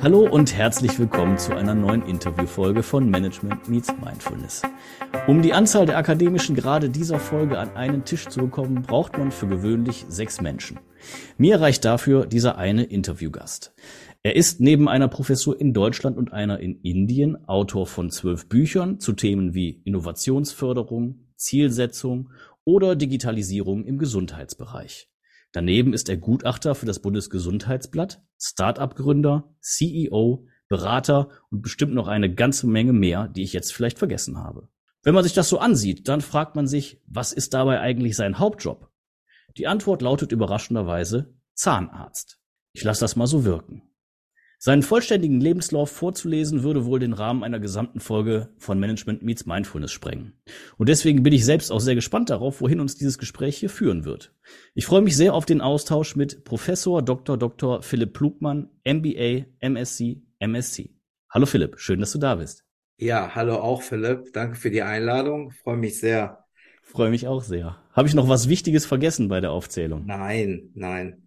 Hallo und herzlich willkommen zu einer neuen Interviewfolge von Management Meets Mindfulness. Um die Anzahl der akademischen Grade dieser Folge an einen Tisch zu bekommen, braucht man für gewöhnlich 6 Menschen. Mir reicht dafür dieser eine Interviewgast. Er ist neben einer Professur in Deutschland und einer in Indien Autor von 12 Büchern zu Themen wie Innovationsförderung, Zielsetzung oder Digitalisierung im Gesundheitsbereich. Daneben ist er Gutachter für das Bundesgesundheitsblatt, Start-up-Gründer, CEO, Berater und bestimmt noch eine ganze Menge mehr, die ich jetzt vielleicht vergessen habe. Wenn man sich das so ansieht, dann fragt man sich, was ist dabei eigentlich sein Hauptjob? Die Antwort lautet überraschenderweise Zahnarzt. Ich lasse das mal so wirken. Seinen vollständigen Lebenslauf vorzulesen, würde wohl den Rahmen einer gesamten Folge von Management Meets Mindfulness sprengen. Und deswegen bin ich selbst auch sehr gespannt darauf, wohin uns dieses Gespräch hier führen wird. Ich freue mich sehr auf den Austausch mit Professor Dr. Philipp Plugmann, MBA, MSc, MSc. Hallo Philipp, schön, dass du da bist. Ja, hallo auch Philipp. Danke für die Einladung. Freue mich sehr. Freue mich auch sehr. Habe ich noch was Wichtiges vergessen bei der Aufzählung? Nein,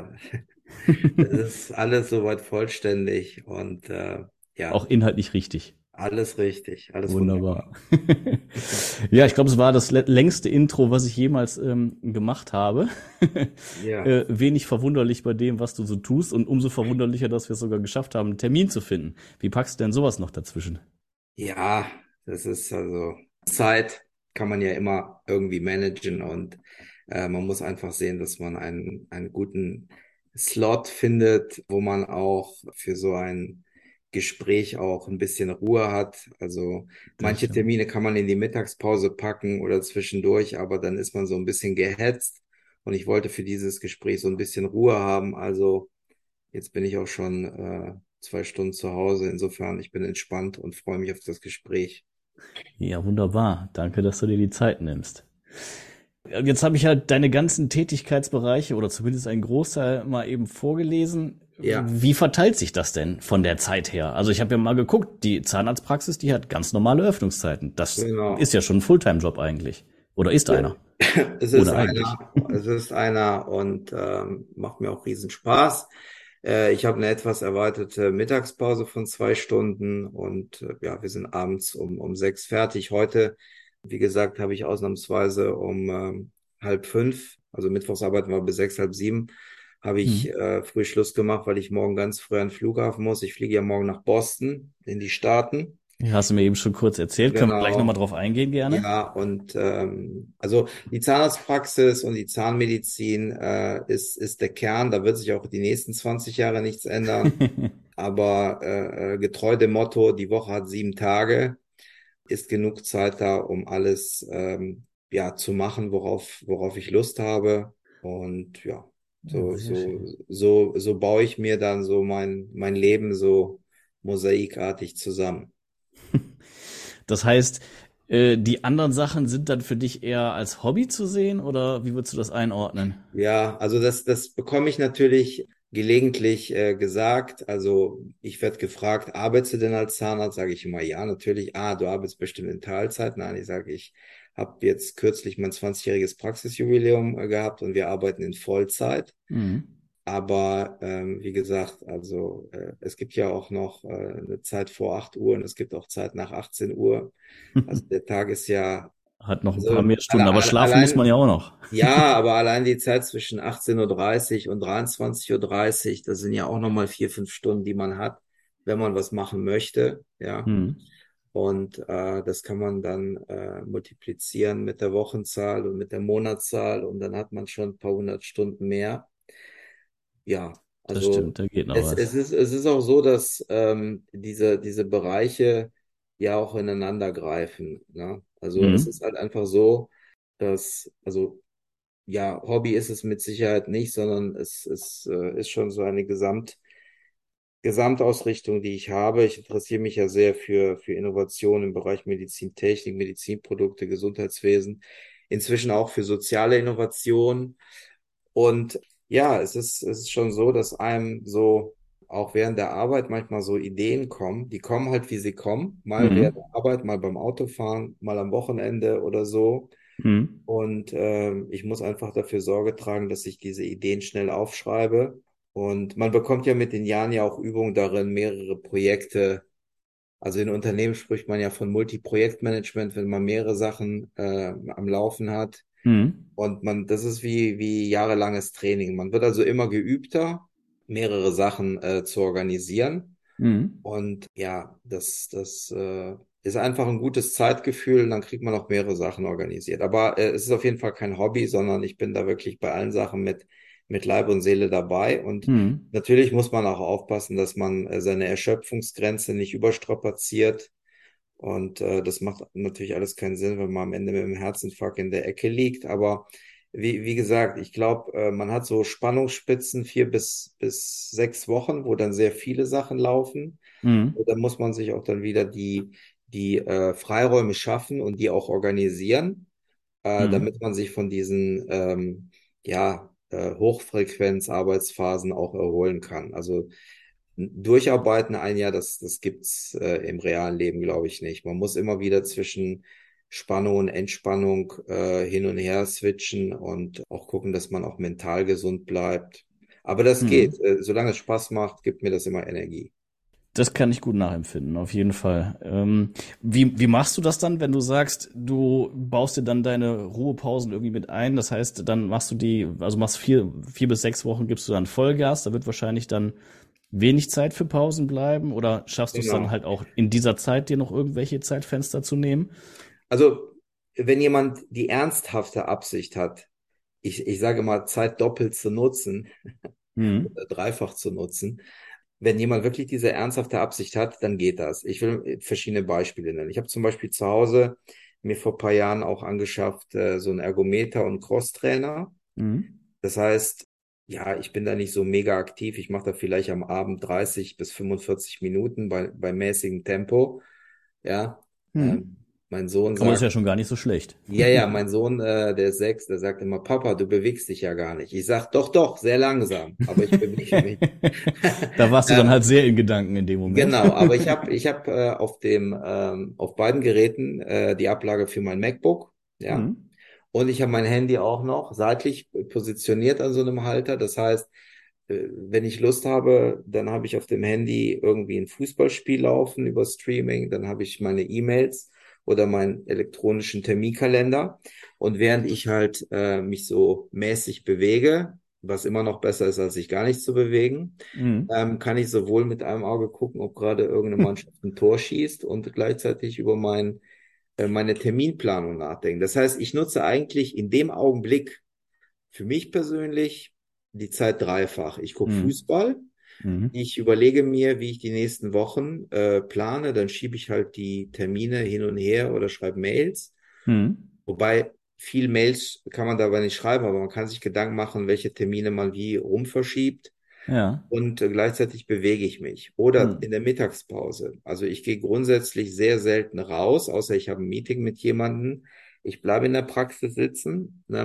das ist alles soweit vollständig und Auch ja, inhaltlich richtig. alles richtig, alles Wunderbar. wunderbar. Ja, ich glaube, es war das längste Intro, was ich jemals gemacht habe. Ja, Wenig verwunderlich bei dem, was du so tust und umso verwunderlicher, dass wir es sogar geschafft haben, einen Termin zu finden. Wie packst du denn sowas noch dazwischen? ja, das ist also Zeit kann man ja immer irgendwie managen und man muss einfach sehen, dass man einen guten Slot findet, wo man auch für so ein Gespräch auch ein bisschen Ruhe hat. Also Das manche stimmt. Termine kann man in die Mittagspause packen oder zwischendurch, aber dann ist man so ein bisschen gehetzt und ich wollte für dieses Gespräch so ein bisschen Ruhe haben. Also jetzt bin ich auch schon 2 Stunden zu Hause. Insofern, ich bin entspannt und freue mich auf das Gespräch. Ja, wunderbar. Danke, dass du dir die Zeit nimmst. Jetzt habe ich halt deine ganzen Tätigkeitsbereiche oder zumindest einen Großteil mal eben vorgelesen. Ja, Wie verteilt sich das denn von der Zeit her? Also ich habe ja mal geguckt, die Zahnarztpraxis, die hat ganz normale Öffnungszeiten. Das ist genau. ja schon ein Fulltime-Job eigentlich. Oder ist Ja. einer? Es ist Ohne eigentlich. einer und macht mir auch riesen Spaß. Ich habe eine etwas erweiterte Mittagspause von 2 Stunden und ja, wir sind abends um 6 fertig. Heute, wie gesagt, habe ich ausnahmsweise um halb 5, also mittwochs arbeiten wir bis 6, halb 7, habe Hm. ich früh Schluss gemacht, weil ich morgen ganz früh an den Flughafen muss. Ich fliege ja morgen nach Boston in die Staaten. Ja, hast du mir eben schon kurz erzählt. Können wir gleich nochmal Genau. drauf eingehen, gerne? Ja, und also die Zahnarztpraxis und die Zahnmedizin ist der Kern. Da wird sich auch die nächsten 20 Jahre nichts ändern. Aber getreu dem Motto, die Woche hat 7 Tage, ist genug Zeit da, um alles ja zu machen, worauf ich Lust habe. Und ja, Ja, sehr schön. so baue ich mir dann so mein Leben so mosaikartig zusammen. Das heißt, die anderen Sachen sind dann für dich eher als Hobby zu sehen oder wie würdest du das einordnen? Ja, also das bekomme ich natürlich gelegentlich gesagt. Also ich werde gefragt, arbeitest du denn als Zahnarzt? Sage ich immer ja, natürlich. Ah, du arbeitest bestimmt in Teilzeit. Nein, ich sage, ich habe jetzt kürzlich mein 20-jähriges Praxisjubiläum gehabt und wir arbeiten in Vollzeit. Mhm. Aber wie gesagt, also es gibt ja auch noch eine Zeit vor 8 Uhr und es gibt auch Zeit nach 18 Uhr. Also der Tag ist ja, Hat noch ein paar also mehr Stunden, aber schlafen muss man allein ja auch noch. ja, aber allein die Zeit zwischen 18:30 Uhr und 23:30 Uhr, das sind ja auch nochmal 4, 5 Stunden, die man hat, wenn man was machen möchte, ja. Mhm. Und das kann man dann multiplizieren mit der Wochenzahl und mit der Monatszahl und dann hat man schon ein paar 100 Stunden mehr. Ja, Das also stimmt, da geht noch was. es ist auch so, dass diese Bereiche ja auch ineinander greifen, ne? Also es Mhm. ist halt einfach so, dass, also ja, Hobby ist es mit Sicherheit nicht, sondern es ist schon so eine Gesamtausrichtung, die ich habe. Ich interessiere mich ja sehr für Innovation im Bereich Medizintechnik, Medizinprodukte, Gesundheitswesen, inzwischen auch für soziale Innovation. Und ja, es ist schon so, dass einem so auch während der Arbeit manchmal so Ideen kommen. Die kommen halt, wie sie kommen. Mal während Mhm. der Arbeit, mal beim Autofahren, mal am Wochenende oder so. Mhm. Und ich muss einfach dafür Sorge tragen, dass ich diese Ideen schnell aufschreibe. Und man bekommt ja mit den Jahren ja auch Übung darin, mehrere Projekte, also in Unternehmen spricht man ja von Multi-Projektmanagement, wenn man mehrere Sachen am Laufen hat. Mhm. Und das ist wie jahrelanges Training. Man wird also immer geübter, mehrere Sachen zu organisieren. Mhm. Und ja, das ist einfach ein gutes Zeitgefühl und dann kriegt man auch mehrere Sachen organisiert. Aber es ist auf jeden Fall kein Hobby, sondern ich bin da wirklich bei allen Sachen mit Leib und Seele dabei. Und Mhm. natürlich muss man auch aufpassen, dass man seine Erschöpfungsgrenze nicht überstrapaziert. Und das macht natürlich alles keinen Sinn, wenn man am Ende mit dem Herzinfarkt in der Ecke liegt. Aber wie gesagt, ich glaube, man hat so Spannungsspitzen 4 bis 6 Wochen, wo dann sehr viele Sachen laufen. Mhm. Da muss man sich auch dann wieder die Freiräume schaffen und die auch organisieren, damit Mhm. man sich von diesen ja, Hochfrequenz-Arbeitsphasen auch erholen kann. Also durcharbeiten ein Jahr, das gibt's im realen Leben, glaube ich, nicht. Man muss immer wieder zwischen Spannung und Entspannung hin und her switchen und auch gucken, dass man auch mental gesund bleibt. Aber das geht. Mhm. Solange es Spaß macht, gibt mir das immer Energie. Das kann ich gut nachempfinden, auf jeden Fall. Wie machst du das dann, wenn du sagst, du baust dir dann deine Ruhepausen irgendwie mit ein? Das heißt, dann machst du also machst 4 bis 6 Wochen, gibst du dann Vollgas. Da wird wahrscheinlich dann wenig Zeit für Pausen bleiben. Oder schaffst du es dann Genau. halt auch in dieser Zeit, dir noch irgendwelche Zeitfenster zu nehmen? Also, wenn jemand die ernsthafte Absicht hat, ich sage mal, Zeit doppelt zu nutzen Mhm. oder dreifach zu nutzen, wenn jemand wirklich diese ernsthafte Absicht hat, dann geht das. Ich will verschiedene Beispiele nennen. Ich habe zum Beispiel zu Hause mir vor ein paar Jahren auch angeschafft, so einen Ergometer und Crosstrainer. Mhm. Das heißt, ja, ich bin da nicht so mega aktiv. Ich mache da vielleicht am Abend 30 bis 45 Minuten bei mäßigem Tempo. Ja, Mhm. mein Sohn Aber das ist ja sagt, schon gar nicht so schlecht. ja, mein Sohn, der ist 6, der sagt immer, Papa, du bewegst dich ja gar nicht. Ich sag, doch, doch, sehr langsam, aber ich bewege mich. Da warst du dann Ähm, halt sehr in Gedanken in dem Moment. genau, aber ich hab auf beiden Geräten die Ablage für mein MacBook, ja, Mhm. und ich habe mein Handy auch noch seitlich positioniert an so einem Halter. Das heißt, wenn ich Lust habe, dann habe ich auf dem Handy irgendwie ein Fußballspiel laufen über Streaming, dann habe ich meine E-Mails oder meinen elektronischen Terminkalender. Und während ich halt mich so mäßig bewege, was immer noch besser ist, als sich gar nicht zu bewegen, Mhm. kann ich sowohl mit einem Auge gucken, ob gerade irgendeine Mannschaft ein Tor schießt und gleichzeitig über meine Terminplanung nachdenken. Das heißt, ich nutze eigentlich in dem Augenblick für mich persönlich die Zeit dreifach. Ich gucke Mhm. Fußball, Mhm. ich überlege mir, wie ich die nächsten Wochen plane, dann schiebe ich halt die Termine hin und her oder schreibe Mails. Mhm. Wobei viel Mails kann man dabei nicht schreiben, aber man kann sich Gedanken machen, welche Termine man wie rum verschiebt. Ja. Und gleichzeitig bewege ich mich. Oder in Mhm. der Mittagspause. Also ich gehe grundsätzlich sehr selten raus, außer ich habe ein Meeting mit jemandem. Ich bleibe in der Praxis sitzen. Ne,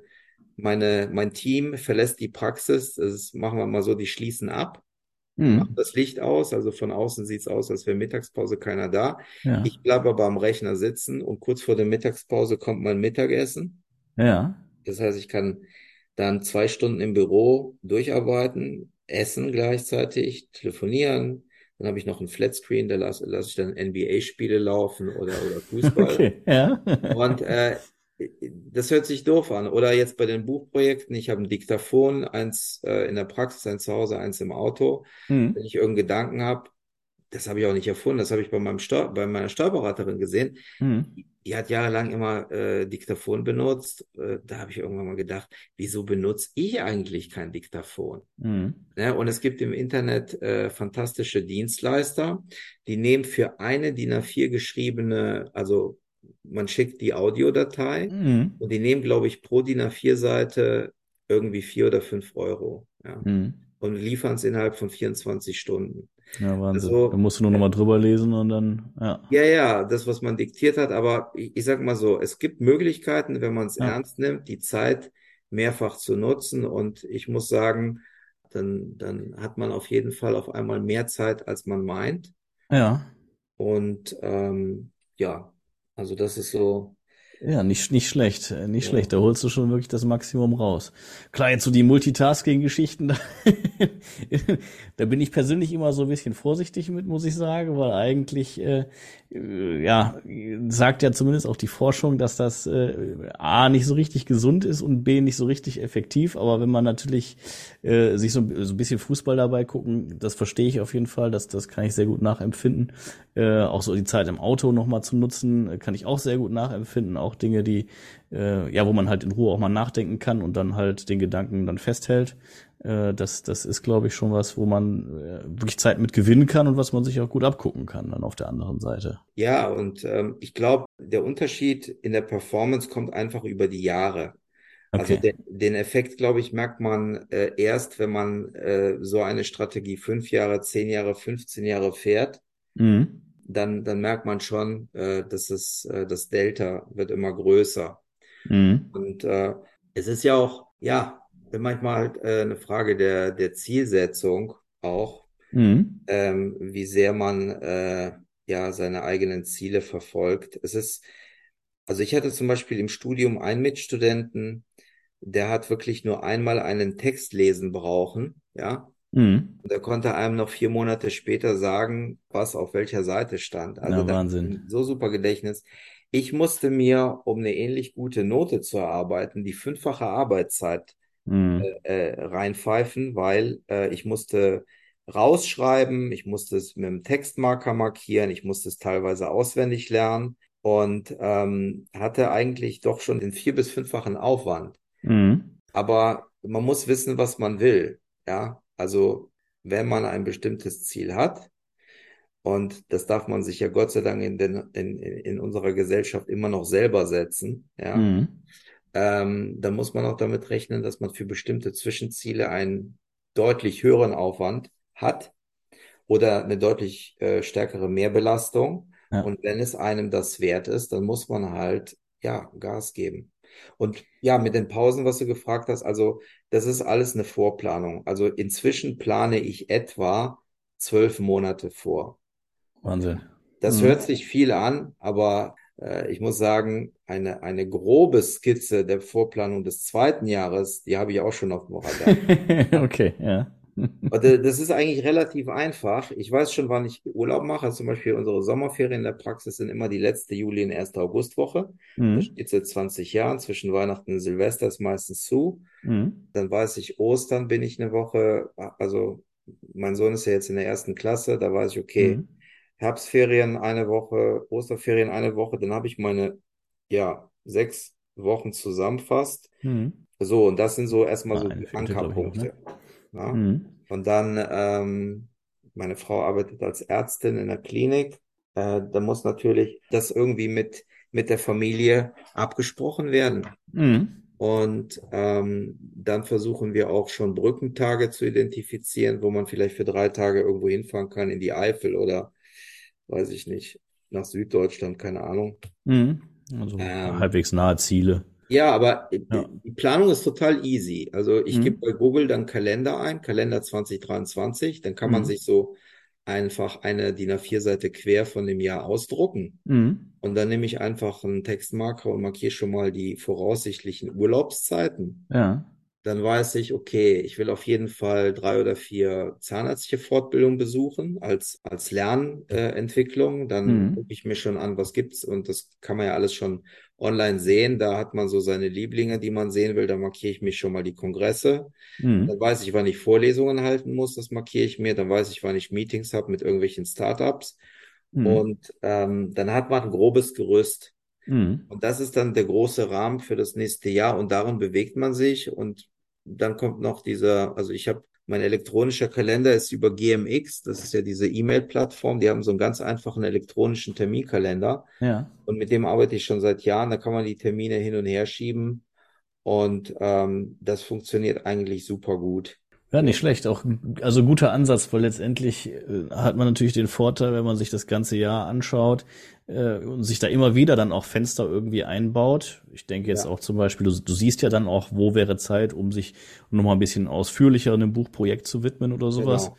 mein Team verlässt die Praxis. Machen wir mal so, die schließen ab, machen Mhm. das Licht aus. Also von außen sieht es aus, als wäre Mittagspause keiner da. Ja. Ich bleibe aber am Rechner sitzen und kurz vor der Mittagspause kommt mein Mittagessen. Ja. Das heißt, ich kann dann 2 Stunden im Büro durcharbeiten, essen gleichzeitig, telefonieren. Dann habe ich noch einen Flatscreen, da lass ich dann NBA-Spiele laufen oder Fußball. Okay. Ja. Und das hört sich doof an. Oder jetzt bei den Buchprojekten, ich habe ein Diktaphon, eins in der Praxis, eins zu Hause, eins im Auto. Wenn Mhm. ich irgendeinen Gedanken habe, das habe ich auch nicht erfunden, das habe ich bei meiner Steuerberaterin gesehen. Mhm. Die hat jahrelang immer Diktaphon benutzt. Da habe ich irgendwann mal gedacht, wieso benutze ich eigentlich kein Diktaphon? Mhm. Ne? Und es gibt im Internet fantastische Dienstleister, die nehmen für eine DIN A4 geschriebene, also man schickt die Audiodatei Mhm. und die nehmen, glaube ich, pro DIN A4-Seite irgendwie 4 oder 5 Euro. Ja. Mhm. Und liefern es innerhalb von 24 Stunden. Ja, Wahnsinn. Da Also musst du nur noch mal drüber lesen und dann, ja. ja, ja, das, was man diktiert hat, aber ich sag mal so, es gibt Möglichkeiten, wenn man es Ja. ernst nimmt, die Zeit mehrfach zu nutzen und ich muss sagen, dann hat man auf jeden Fall auf einmal mehr Zeit, als man meint Ja. und ja, also das ist so. Ja, nicht schlecht, nicht Ja. schlecht. Da holst du schon wirklich das Maximum raus. Klar, jetzt so die Multitasking-Geschichten, da bin ich persönlich immer so ein bisschen vorsichtig mit, muss ich sagen, weil eigentlich, ja, sagt ja zumindest auch die Forschung, dass das A nicht so richtig gesund ist und B nicht so richtig effektiv. Aber wenn man natürlich sich so ein bisschen Fußball dabei gucken, das verstehe ich auf jeden Fall, das kann ich sehr gut nachempfinden. Auch so die Zeit im Auto nochmal zu nutzen, kann ich auch sehr gut nachempfinden. Auch Dinge, die, ja, wo man halt in Ruhe auch mal nachdenken kann und dann halt den Gedanken dann festhält. Das ist, glaube ich, schon was, wo man wirklich Zeit mit gewinnen kann und was man sich auch gut abgucken kann dann auf der anderen Seite. Ja, und ich glaube, der Unterschied in der Performance kommt einfach über die Jahre. Also Okay. den Effekt, glaube ich, merkt man erst, wenn man so eine Strategie 5 Jahre, 10 Jahre, 15 Jahre fährt. Mhm. Dann merkt man schon, das Delta wird immer größer. Mhm. Und es ist ja auch, ja, manchmal halt eine Frage der Zielsetzung auch, Mhm. wie sehr man ja seine eigenen Ziele verfolgt. Also ich hatte zum Beispiel im Studium einen Mitstudenten, der hat wirklich nur einmal einen Text lesen brauchen, ja. Mhm. Und er konnte einem noch 4 Monate später sagen, was auf welcher Seite stand. Also Ja, da Wahnsinn. so super Gedächtnis. Ich musste mir, um eine ähnlich gute Note zu erarbeiten, die 5-fache Arbeitszeit Mhm. reinpfeifen, weil ich musste rausschreiben, ich musste es mit dem Textmarker markieren, ich musste es teilweise auswendig lernen und hatte eigentlich doch schon den 4- bis 5-fachen Aufwand. Mhm. Aber man muss wissen, was man will. Ja, also wenn man ein bestimmtes Ziel hat, und das darf man sich ja Gott sei Dank in unserer Gesellschaft immer noch selber setzen, ja, Mhm. dann muss man auch damit rechnen, dass man für bestimmte Zwischenziele einen deutlich höheren Aufwand hat oder eine deutlich stärkere Mehrbelastung. Ja. Und wenn es einem das wert ist, dann muss man halt, ja, Gas geben. Und ja, mit den Pausen, was du gefragt hast, also das ist alles eine Vorplanung. Also inzwischen plane ich etwa 12 Monate vor. Wahnsinn. Das hört Mhm. sich viel an, aber ich muss sagen, eine grobe Skizze der Vorplanung des zweiten Jahres, die habe ich auch schon auf dem Radar. Ja. Okay, ja. Und das ist eigentlich relativ einfach. Ich weiß schon, wann ich Urlaub mache. Also zum Beispiel unsere Sommerferien in der Praxis sind immer die letzte Juli- und erste Augustwoche. Das Mhm. steht seit 20 Jahren. Zwischen Weihnachten und Silvester ist meistens zu. Mhm. Dann weiß ich, Ostern bin ich eine Woche. Also mein Sohn ist ja jetzt in der ersten Klasse. Da weiß ich, okay, Mhm. Herbstferien eine Woche, Osterferien eine Woche. Dann habe ich meine, ja, 6 Wochen zusammenfasst. Mhm. So, und das sind so erstmal Ah, so eine die fehlte, glaube ich, noch, ne? Ankerpunkte. Ja? Mhm. Und dann, meine Frau arbeitet als Ärztin in der Klinik. Da muss natürlich das irgendwie mit der Familie abgesprochen werden. Mhm. Und dann versuchen wir auch schon Brückentage zu identifizieren, wo man vielleicht für 3 Tage irgendwo hinfahren kann, in die Eifel oder, weiß ich nicht, nach Süddeutschland, keine Ahnung. Mhm. Also Ähm, halbwegs nahe Ziele. Ja, aber Ja. die Planung ist total easy. Also ich gebe bei Mhm. Google dann Kalender ein, Kalender 2023, dann kann man Mhm. sich so einfach eine DIN A4-Seite quer von dem Jahr ausdrucken. Mhm. Und dann nehme ich einfach einen Textmarker und markiere schon mal die voraussichtlichen Urlaubszeiten. Ja. Dann weiß ich, okay, ich will auf jeden Fall 3 oder 4 zahnärztliche Fortbildungen besuchen als Lernentwicklung. Dann gucke Mhm. ich mir schon an, was gibt's, und das kann man ja alles schon online sehen. Da hat man so seine Lieblinge, die man sehen will. Da markiere ich mich schon mal die Kongresse. Dann Mhm. weiß ich, wann ich Vorlesungen halten muss. Das markiere ich mir. Dann weiß ich, wann ich Meetings habe mit irgendwelchen Startups. Mhm. Und dann hat man ein grobes Gerüst. Mhm. Und das ist dann der große Rahmen für das nächste Jahr, und darin bewegt man sich. Und dann kommt noch also mein elektronischer Kalender ist über GMX, das ist ja diese E-Mail-Plattform, die haben so einen ganz einfachen elektronischen Terminkalender, Ja. und mit dem arbeite ich schon seit Jahren. Da kann man die Termine hin und her schieben, und das funktioniert eigentlich super gut. Ja, So. nicht schlecht. Auch, also guter Ansatz, weil letztendlich hat man natürlich den Vorteil, wenn man sich das ganze Jahr anschaut und sich da immer wieder dann auch Fenster irgendwie einbaut. Ich denke jetzt Ja, auch zum Beispiel, du siehst ja dann auch, wo wäre Zeit, um sich nochmal ein bisschen ausführlicher einem Buchprojekt zu widmen oder sowas. genau.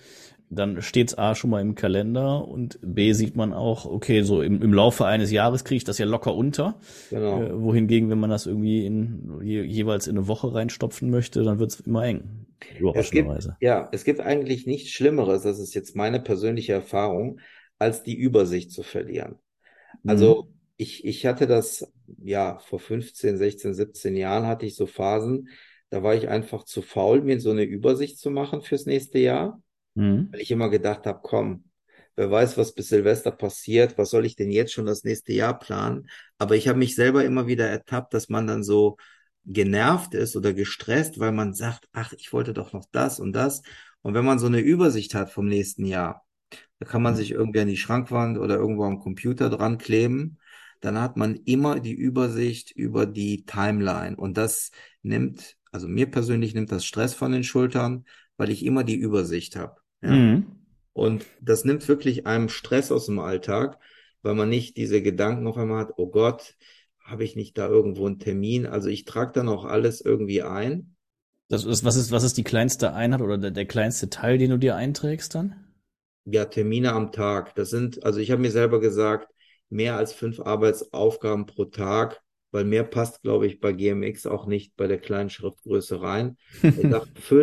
dann steht's A schon mal im Kalender und B sieht man auch, okay, so im Laufe eines Jahres kriege ich das ja locker unter. Genau. Wohingegen, wenn man das irgendwie jeweils in eine Woche reinstopfen möchte, dann wird's immer eng. Überraschenderweise. Es gibt eigentlich nichts Schlimmeres, das ist jetzt meine persönliche Erfahrung, als die Übersicht zu verlieren. Also Mhm. ich hatte das, ja, vor 15, 16, 17 Jahren hatte ich so Phasen, da war ich einfach zu faul, mir so eine Übersicht zu machen fürs nächste Jahr, weil Mhm. ich immer gedacht habe, komm, wer weiß, was bis Silvester passiert, was soll ich denn jetzt schon das nächste Jahr planen? Aber ich habe mich selber immer wieder ertappt, dass man dann so genervt ist oder gestresst, weil man sagt, ach, ich wollte doch noch das und das. Und wenn man so eine Übersicht hat vom nächsten Jahr, da kann man sich irgendwie an die Schrankwand oder irgendwo am Computer dran kleben. Dann hat man immer die Übersicht über die Timeline. Und das nimmt, also mir persönlich nimmt das Stress von den Schultern, weil ich immer die Übersicht habe. Ja. Mhm. Und das nimmt wirklich einem Stress aus dem Alltag, weil man nicht diese Gedanken auf einmal hat, oh Gott, habe ich nicht da irgendwo einen Termin? Also ich trage dann auch alles irgendwie ein. Was ist die kleinste Einheit oder der kleinste Teil, den du dir einträgst dann? Ja, Termine am Tag. Das sind, also ich habe mir selber gesagt, mehr als 5 Arbeitsaufgaben pro Tag, weil mehr passt, glaube ich, bei GMX auch nicht bei der kleinen Schriftgröße rein. Ich sage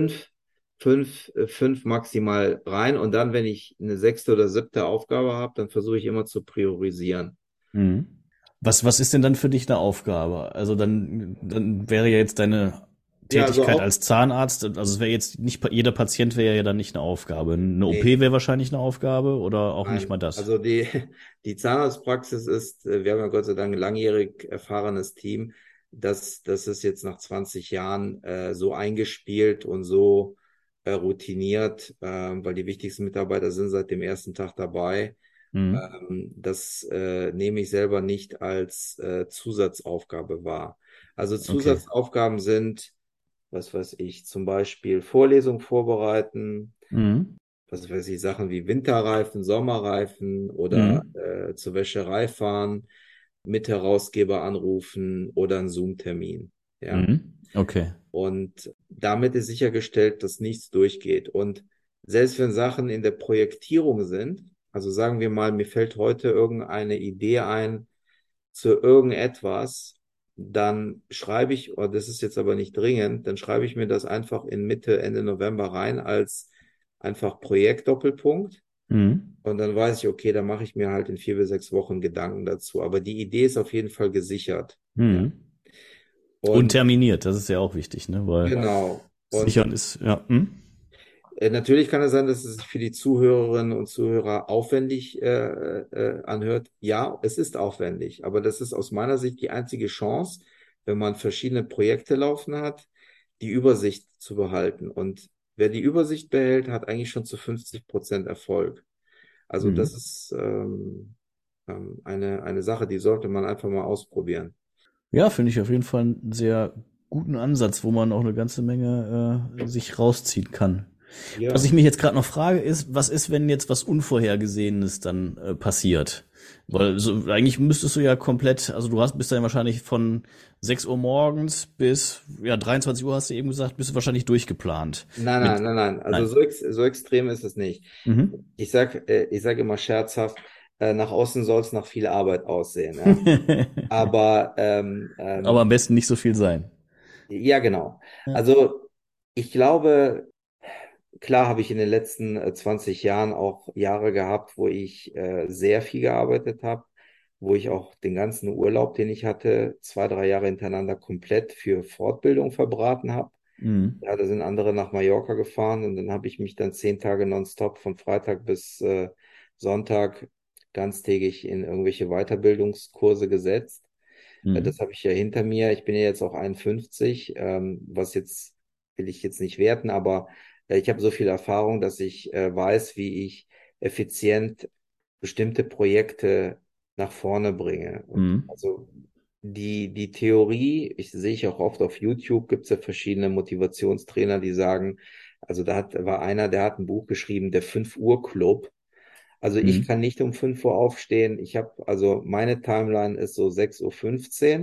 fünf maximal rein und dann, wenn ich eine sechste oder siebte Aufgabe habe, dann versuche ich immer zu priorisieren. Mhm. Was ist denn dann für dich eine Aufgabe? Also dann wäre ja jetzt deine Ja, also Tätigkeit als Zahnarzt, also es wäre jetzt nicht, jeder Patient wäre ja dann nicht eine Aufgabe. Eine OP nee, wäre wahrscheinlich eine Aufgabe oder auch nicht mal nein, das. also die Zahnarztpraxis ist, wir haben ja Gott sei Dank ein langjährig erfahrenes Team, das ist jetzt nach 20 Jahren so eingespielt und so routiniert, weil die wichtigsten Mitarbeiter sind seit dem ersten Tag dabei. Mhm. Das nehme ich selber nicht als Zusatzaufgabe wahr. Also Okay. Zusatzaufgaben sind, was weiß ich, zum Beispiel Vorlesung vorbereiten, Mhm. was weiß ich, Sachen wie Winterreifen, Sommerreifen oder Mhm. zur Wäscherei fahren, Mitherausgeber anrufen oder einen Zoom-Termin. Ja. Mhm. Okay. Und damit ist sichergestellt, dass nichts durchgeht. Und selbst wenn Sachen in der Projektierung sind, also sagen wir mal, mir fällt heute irgendeine Idee ein zu irgendetwas, dann schreibe ich, oh, das ist jetzt aber nicht dringend, dann schreibe ich mir das einfach in Mitte, Ende November rein als einfach Projekt-Doppelpunkt. Mhm. Und dann weiß ich, okay, da mache ich mir halt in 4 bis 6 Wochen Gedanken dazu. Aber die Idee ist auf jeden Fall gesichert. Ja. Mhm. Und Und terminiert, das ist ja auch wichtig, ne? Weil genau. Und sichern ist, ja. Mhm. natürlich kann es sein, dass es sich für die Zuhörerinnen und Zuhörer aufwendig anhört. Ja, es ist aufwendig, aber das ist aus meiner Sicht die einzige Chance, wenn man verschiedene Projekte laufen hat, die Übersicht zu behalten. Und wer die Übersicht behält, hat eigentlich schon zu 50% Erfolg. Also das Mhm. ist eine Sache, die sollte man einfach mal ausprobieren. Ja, finde ich auf jeden Fall einen sehr guten Ansatz, wo man auch eine ganze Menge sich rausziehen kann. Was Ja, ich mich jetzt gerade noch frage, ist, was ist, wenn jetzt was Unvorhergesehenes dann passiert? Weil so, eigentlich müsstest du ja komplett, also bist dann wahrscheinlich von 6 Uhr morgens bis ja 23 Uhr hast du eben gesagt, bist du wahrscheinlich durchgeplant. nein, Mit nein, nein, nein. Also nein. so extrem ist es nicht. Mhm. Ich sag immer scherzhaft, nach außen soll es nach viel Arbeit aussehen. Ja? Aber Aber am besten nicht so viel sein. ja, genau. Ja. Also ich glaube, klar habe ich in den letzten 20 Jahren auch Jahre gehabt, wo ich sehr viel gearbeitet habe, wo ich auch den ganzen Urlaub, den ich hatte, 2, 3 Jahre hintereinander komplett für Fortbildung verbraten habe. Mhm. Ja, da sind andere nach Mallorca gefahren und dann habe ich mich dann 10 Tage nonstop von Freitag bis Sonntag ganztägig in irgendwelche Weiterbildungskurse gesetzt. Das Mhm. habe ich ja hinter mir. Ich bin ja jetzt auch 51, was jetzt will ich jetzt nicht werten, aber ich habe so viel Erfahrung, dass ich weiß, wie ich effizient bestimmte Projekte nach vorne bringe. Und Mhm. also die Theorie, sehe ich auch oft auf YouTube, gibt es ja verschiedene Motivationstrainer, die sagen, also war einer, der hat ein Buch geschrieben, der 5 Uhr Club. Also ich Mhm. kann nicht um 5 Uhr aufstehen. Also meine Timeline ist so 6:15 Uhr.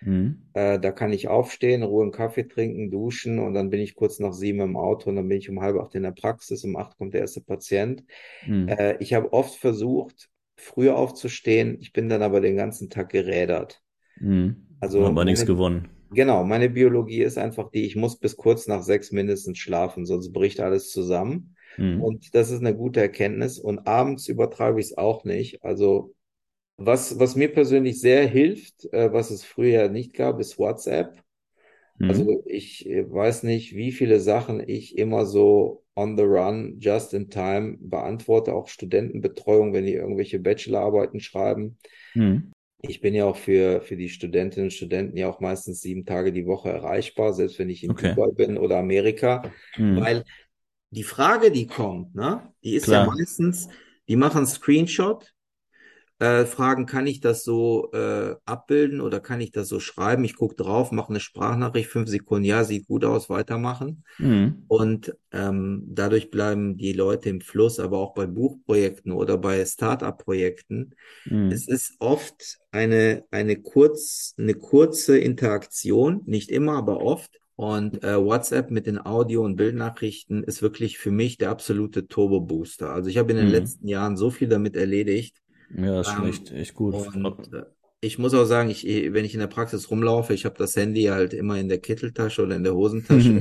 Mhm. Da kann ich aufstehen, in Ruhe einen Kaffee trinken, duschen und dann bin ich kurz nach 7 im Auto und dann bin ich um halb 8 in der Praxis. Um 8 kommt der erste Patient. Mhm. Ich habe oft versucht, früher aufzustehen. Ich bin dann aber den ganzen Tag gerädert. Mhm. Also Aber nichts gewonnen. genau, meine Biologie ist einfach die, ich muss bis kurz nach 6 mindestens schlafen, sonst bricht alles zusammen. Mhm. Und das ist eine gute Erkenntnis. Und abends übertreibe ich es auch nicht. Also was mir persönlich sehr hilft, was es früher nicht gab, ist WhatsApp. Mhm. Also ich weiß nicht, wie viele Sachen ich immer so on the run, just in time beantworte, auch Studentenbetreuung, wenn die irgendwelche Bachelorarbeiten schreiben. Mhm. Ich bin ja auch für die Studentinnen und Studenten ja auch meistens 7 Tage die Woche erreichbar, selbst wenn ich in Okay. Dubai bin oder Amerika, Mhm. weil die Frage, die kommt, ne, die ist ja Klar. meistens, die machen einen Screenshot, fragen, kann ich das so abbilden oder kann ich das so schreiben? Ich gucke drauf, mache eine Sprachnachricht, 5 Sekunden, ja, sieht gut aus, weitermachen. Mhm. Und dadurch bleiben die Leute im Fluss, aber auch bei Buchprojekten oder bei Start-up-Projekten. Es Mhm. ist oft eine kurze Interaktion, nicht immer, aber oft. Und WhatsApp mit den Audio- und Bildnachrichten ist wirklich für mich der absolute Turbo-Booster. Also ich habe in den Mhm. letzten Jahren so viel damit erledigt. Ja, ist schon Ähm, echt gut. und ich muss auch sagen, wenn ich in der Praxis rumlaufe, ich habe das Handy halt immer in der Kitteltasche oder in der Hosentasche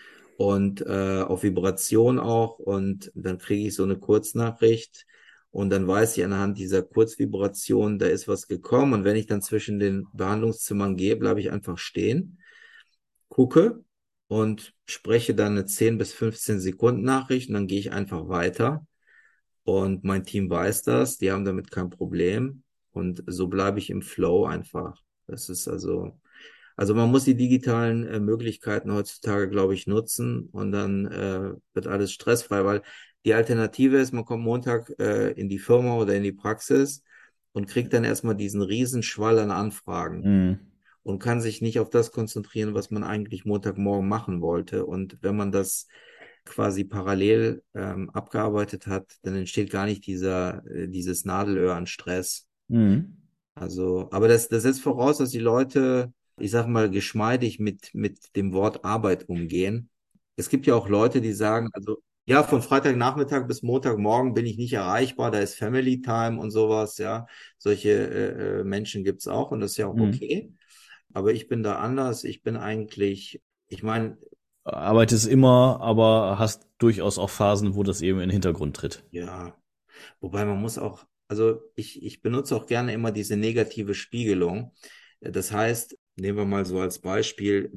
und auf Vibration auch und dann kriege ich so eine Kurznachricht und dann weiß ich anhand dieser Kurzvibration, da ist was gekommen und wenn ich dann zwischen den Behandlungszimmern gehe, bleibe ich einfach stehen, gucke und spreche dann eine 10 bis 15 Sekunden Nachricht und dann gehe ich einfach weiter und mein Team weiß das, die haben damit kein Problem und so bleibe ich im Flow einfach. Das ist also man muss die digitalen Möglichkeiten heutzutage, glaube ich, nutzen und dann wird alles stressfrei, weil die Alternative ist, man kommt Montag in die Firma oder in die Praxis und kriegt dann erstmal diesen riesen Schwall an Anfragen Mhm. und kann sich nicht auf das konzentrieren, was man eigentlich Montagmorgen machen wollte. Und wenn man das quasi parallel abgearbeitet hat, dann entsteht gar nicht dieses Nadelöhr an Stress. Mhm. Also, aber das setzt voraus, dass die Leute, ich sag mal, geschmeidig mit dem Wort Arbeit umgehen. Es gibt ja auch Leute, die sagen, also, ja, von Freitagnachmittag bis Montagmorgen bin ich nicht erreichbar, da ist Family Time und sowas, ja. Solche Menschen gibt's auch und das ist ja auch Mhm. okay. Aber ich bin da anders. Ich bin eigentlich, ich meine, Arbeitest immer, aber hast durchaus auch Phasen, wo das eben in den Hintergrund tritt. ja, wobei man muss auch, also ich benutze auch gerne immer diese negative Spiegelung. Das heißt, nehmen wir mal so als Beispiel,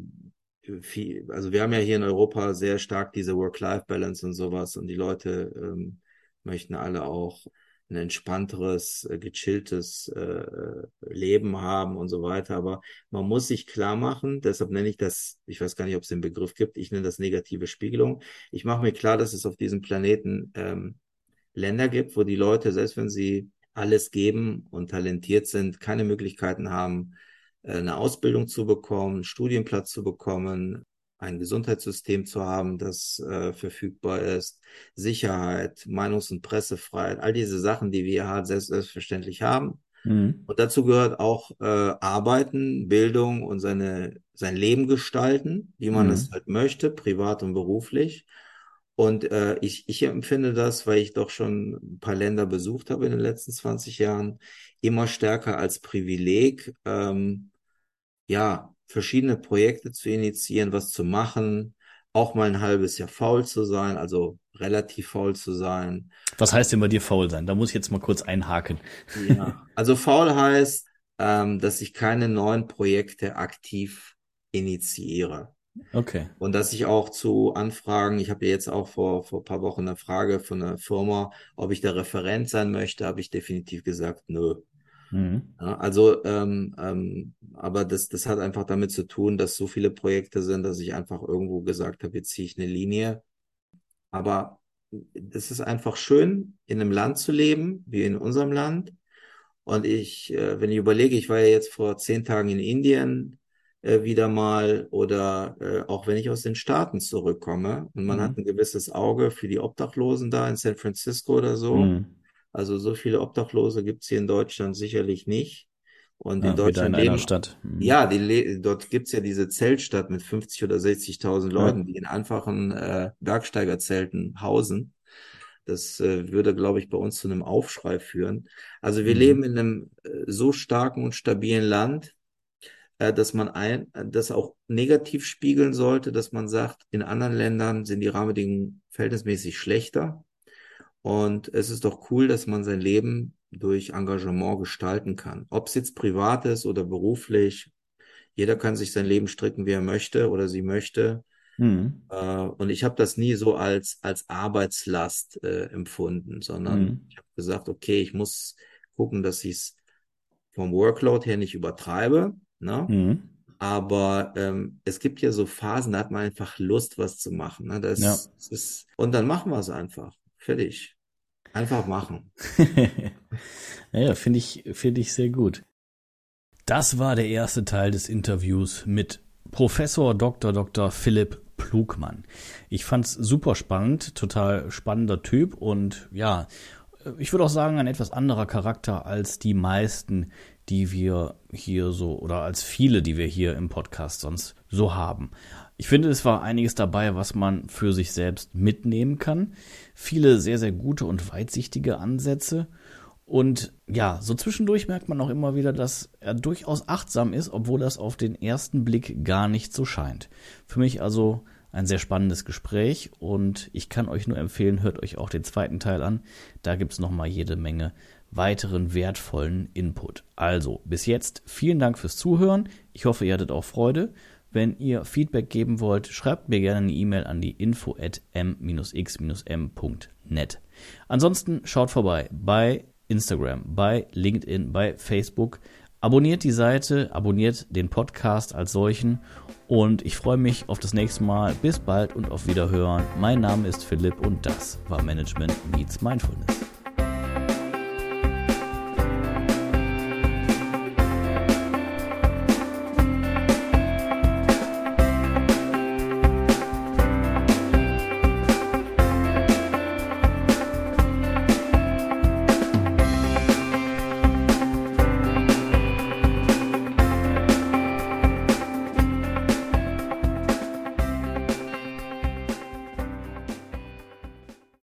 also wir haben ja hier in Europa sehr stark diese Work-Life-Balance und sowas und die Leute möchten alle auch ein entspannteres, gechilltes Leben haben und so weiter. Aber man muss sich klar machen, deshalb nenne ich das, ich weiß gar nicht, ob es den Begriff gibt, ich nenne das negative Spiegelung. Ich mache mir klar, dass es auf diesem Planeten Länder gibt, wo die Leute, selbst wenn sie alles geben und talentiert sind, keine Möglichkeiten haben, eine Ausbildung zu bekommen, einen Studienplatz zu bekommen, ein Gesundheitssystem zu haben, das verfügbar ist, Sicherheit, Meinungs- und Pressefreiheit, all diese Sachen, die wir halt selbstverständlich haben. Mhm. Und dazu gehört auch Arbeiten, Bildung und sein Leben gestalten, wie man es Mhm. halt möchte, privat und beruflich. Und ich empfinde das, weil ich doch schon ein paar Länder besucht habe in den letzten 20 Jahren, immer stärker als Privileg, ja, verschiedene Projekte zu initiieren, was zu machen, auch mal ein halbes Jahr faul zu sein, also relativ faul zu sein. Was heißt denn bei dir faul sein? Da muss ich jetzt mal kurz einhaken. Ja, also faul heißt, dass ich keine neuen Projekte aktiv initiiere. Okay. Und dass ich auch zu Anfragen, ich habe ja jetzt auch vor ein paar Wochen eine Frage von einer Firma, ob ich der Referent sein möchte, habe ich definitiv gesagt, nö. Mhm. Ja, also, aber das hat einfach damit zu tun, dass so viele Projekte sind, dass ich einfach irgendwo gesagt habe, jetzt ziehe ich eine Linie. Aber es ist einfach schön, in einem Land zu leben, wie in unserem Land. Und wenn ich überlege, ich war ja jetzt vor 10 Tagen in Indien wieder mal oder auch wenn ich aus den Staaten zurückkomme und man hat Mhm. ein gewisses Auge für die Obdachlosen da in San Francisco oder so. Mhm. Also so viele Obdachlose gibt's hier in Deutschland sicherlich nicht. Und in wieder in Deutschland einer leben, Stadt. ja, dort gibt's ja diese Zeltstadt mit 50 oder 60.000 Ja. Leuten, die in einfachen Bergsteigerzelten hausen. Das würde, glaube ich, bei uns zu einem Aufschrei führen. Also wir leben in einem so starken und stabilen Land, dass man das auch negativ spiegeln sollte, dass man sagt, in anderen Ländern sind die Rahmenbedingungen verhältnismäßig schlechter. Und es ist doch cool, dass man sein Leben durch Engagement gestalten kann. Ob es jetzt privat ist oder beruflich, jeder kann sich sein Leben stricken, wie er möchte oder sie möchte. Mhm. Und ich habe das nie so als Arbeitslast empfunden, sondern Mhm. ich habe gesagt, okay, ich muss gucken, dass ich es vom Workload her nicht übertreibe, ne? Mhm. Aber es gibt ja so Phasen, da hat man einfach Lust, was zu machen. Ne? Ja. Das ist, und dann machen wir es einfach. Fertig. Einfach machen. Ja, finde ich sehr gut. Das war der erste Teil des Interviews mit Professor Dr. Philipp Plugmann. Ich fand's super spannend, total spannender Typ und ja, ich würde auch sagen, ein etwas anderer Charakter als die meisten, die wir hier so oder als viele, die wir hier im Podcast sonst so haben. Ich finde, es war einiges dabei, was man für sich selbst mitnehmen kann. Viele sehr, sehr gute und weitsichtige Ansätze. Und ja, so zwischendurch merkt man auch immer wieder, dass er durchaus achtsam ist, obwohl das auf den ersten Blick gar nicht so scheint. Für mich also ein sehr spannendes Gespräch und ich kann euch nur empfehlen, hört euch auch den zweiten Teil an. Da gibt's nochmal jede Menge weiteren wertvollen Input. Also, bis jetzt vielen Dank fürs Zuhören. Ich hoffe, ihr hattet auch Freude. Wenn ihr Feedback geben wollt, schreibt mir gerne eine E-Mail an die info@m-x-m.net. Ansonsten schaut vorbei bei Instagram, bei LinkedIn, bei Facebook. Abonniert die Seite, abonniert den Podcast als solchen und ich freue mich auf das nächste Mal. Bis bald und auf Wiederhören. Mein Name ist Philipp und das war Management Meets Mindfulness.